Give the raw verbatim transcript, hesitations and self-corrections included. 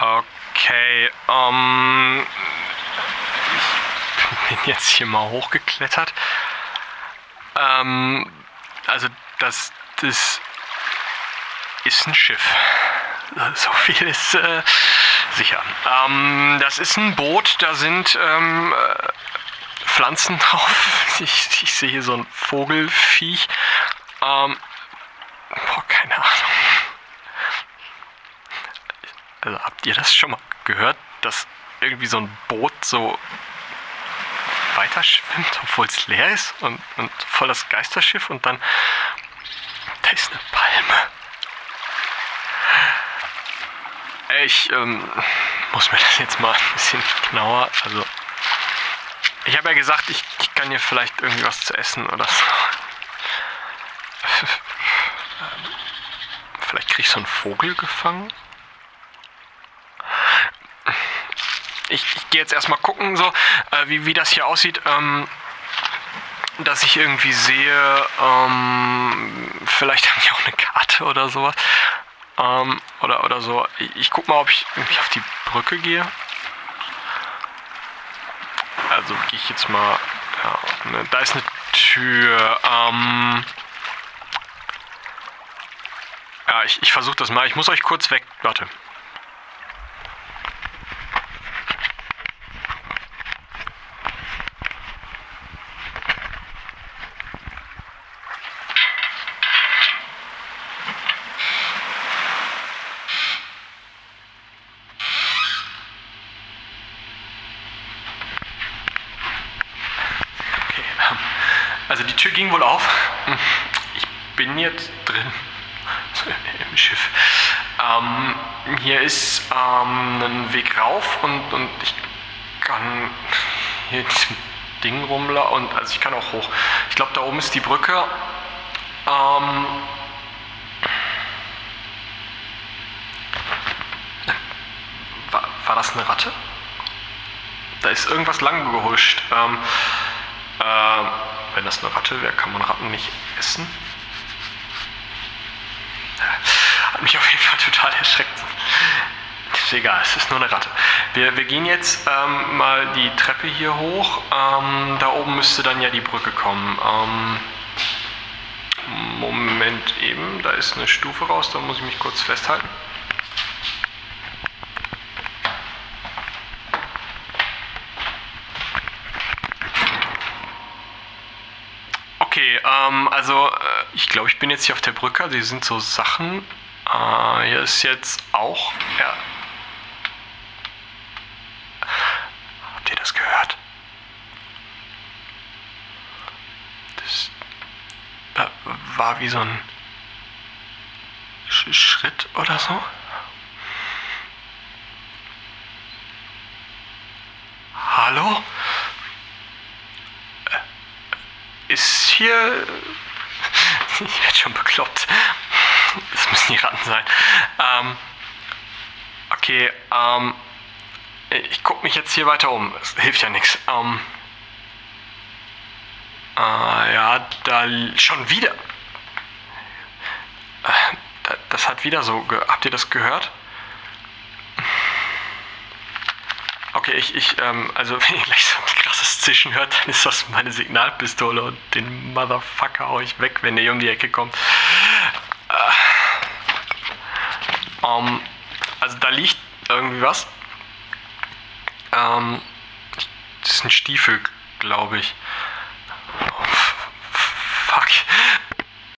Okay, ähm... ich bin jetzt hier mal hochgeklettert. Ähm, also das, das ist ein Schiff. So viel ist äh, sicher. Ähm, das ist ein Boot, da sind ähm, äh, Pflanzen drauf. Ich, ich sehe hier so ein Vogelfiech. Ähm, boah, keine Ahnung. Also habt ihr das schon mal gehört, dass irgendwie so ein Boot so weiter schwimmt, obwohl es leer ist und, und voll das Geisterschiff und dann da ist eine Palme. Ich ähm, muss mir das jetzt mal ein bisschen genauer, also ich habe ja gesagt, ich, ich kann hier vielleicht irgendwie was zu essen oder so. Vielleicht kriege ich so einen Vogel gefangen. Ich, ich gehe jetzt erstmal gucken, so, äh, wie, wie das hier aussieht, ähm, dass ich irgendwie sehe, ähm, vielleicht habe ich auch eine Karte oder sowas, ähm, oder, oder so. Ich, ich guck mal, ob ich irgendwie auf die Brücke gehe. Also gehe ich jetzt mal, ja, ne, da ist eine Tür, ähm, ja, ich, ich versuche das mal, ich muss euch kurz weg, warte. Also die Tür ging wohl auf. Ich bin jetzt drin im Schiff. Ähm, hier ist ähm, ein Weg rauf und, und ich kann hier in diesem Ding rumlaufen. Und also ich kann auch hoch. Ich glaube, da oben ist die Brücke. Ähm, war, war das eine Ratte? Da ist irgendwas lang gehuscht. Ähm, äh, Wenn das eine Ratte wäre, kann man Ratten nicht essen. Hat mich auf jeden Fall total erschreckt. Ist egal, es ist nur eine Ratte. Wir, wir gehen jetzt ähm, mal die Treppe hier hoch. Ähm, da oben müsste dann ja die Brücke kommen. Ähm, Moment eben, da ist eine Stufe raus, da muss ich mich kurz festhalten. Okay, ähm, also äh, ich glaube, ich bin jetzt hier auf der Brücke. Also hier sind so Sachen. Äh, hier ist jetzt auch. Ja. Habt ihr das gehört? Das äh, war wie so ein Sch- Schritt oder so. Hallo? Ist hier... Ich werde schon bekloppt. Das müssen die Ratten sein. Ähm, okay, ähm, ich gucke mich jetzt hier weiter um. Es hilft ja nichts. Ähm, äh, ja, da schon wieder. Äh, das hat wieder so... Ge Habt ihr das gehört? Okay, ich, ich, ähm, also wenn ihr gleich so ein krasses Zischen hört, dann ist das meine Signalpistole und den Motherfucker hau ich weg, wenn der um die Ecke kommt. Äh, ähm, also da liegt irgendwie was. Ähm, das ist ein Stiefel, glaube ich. Oh, fuck.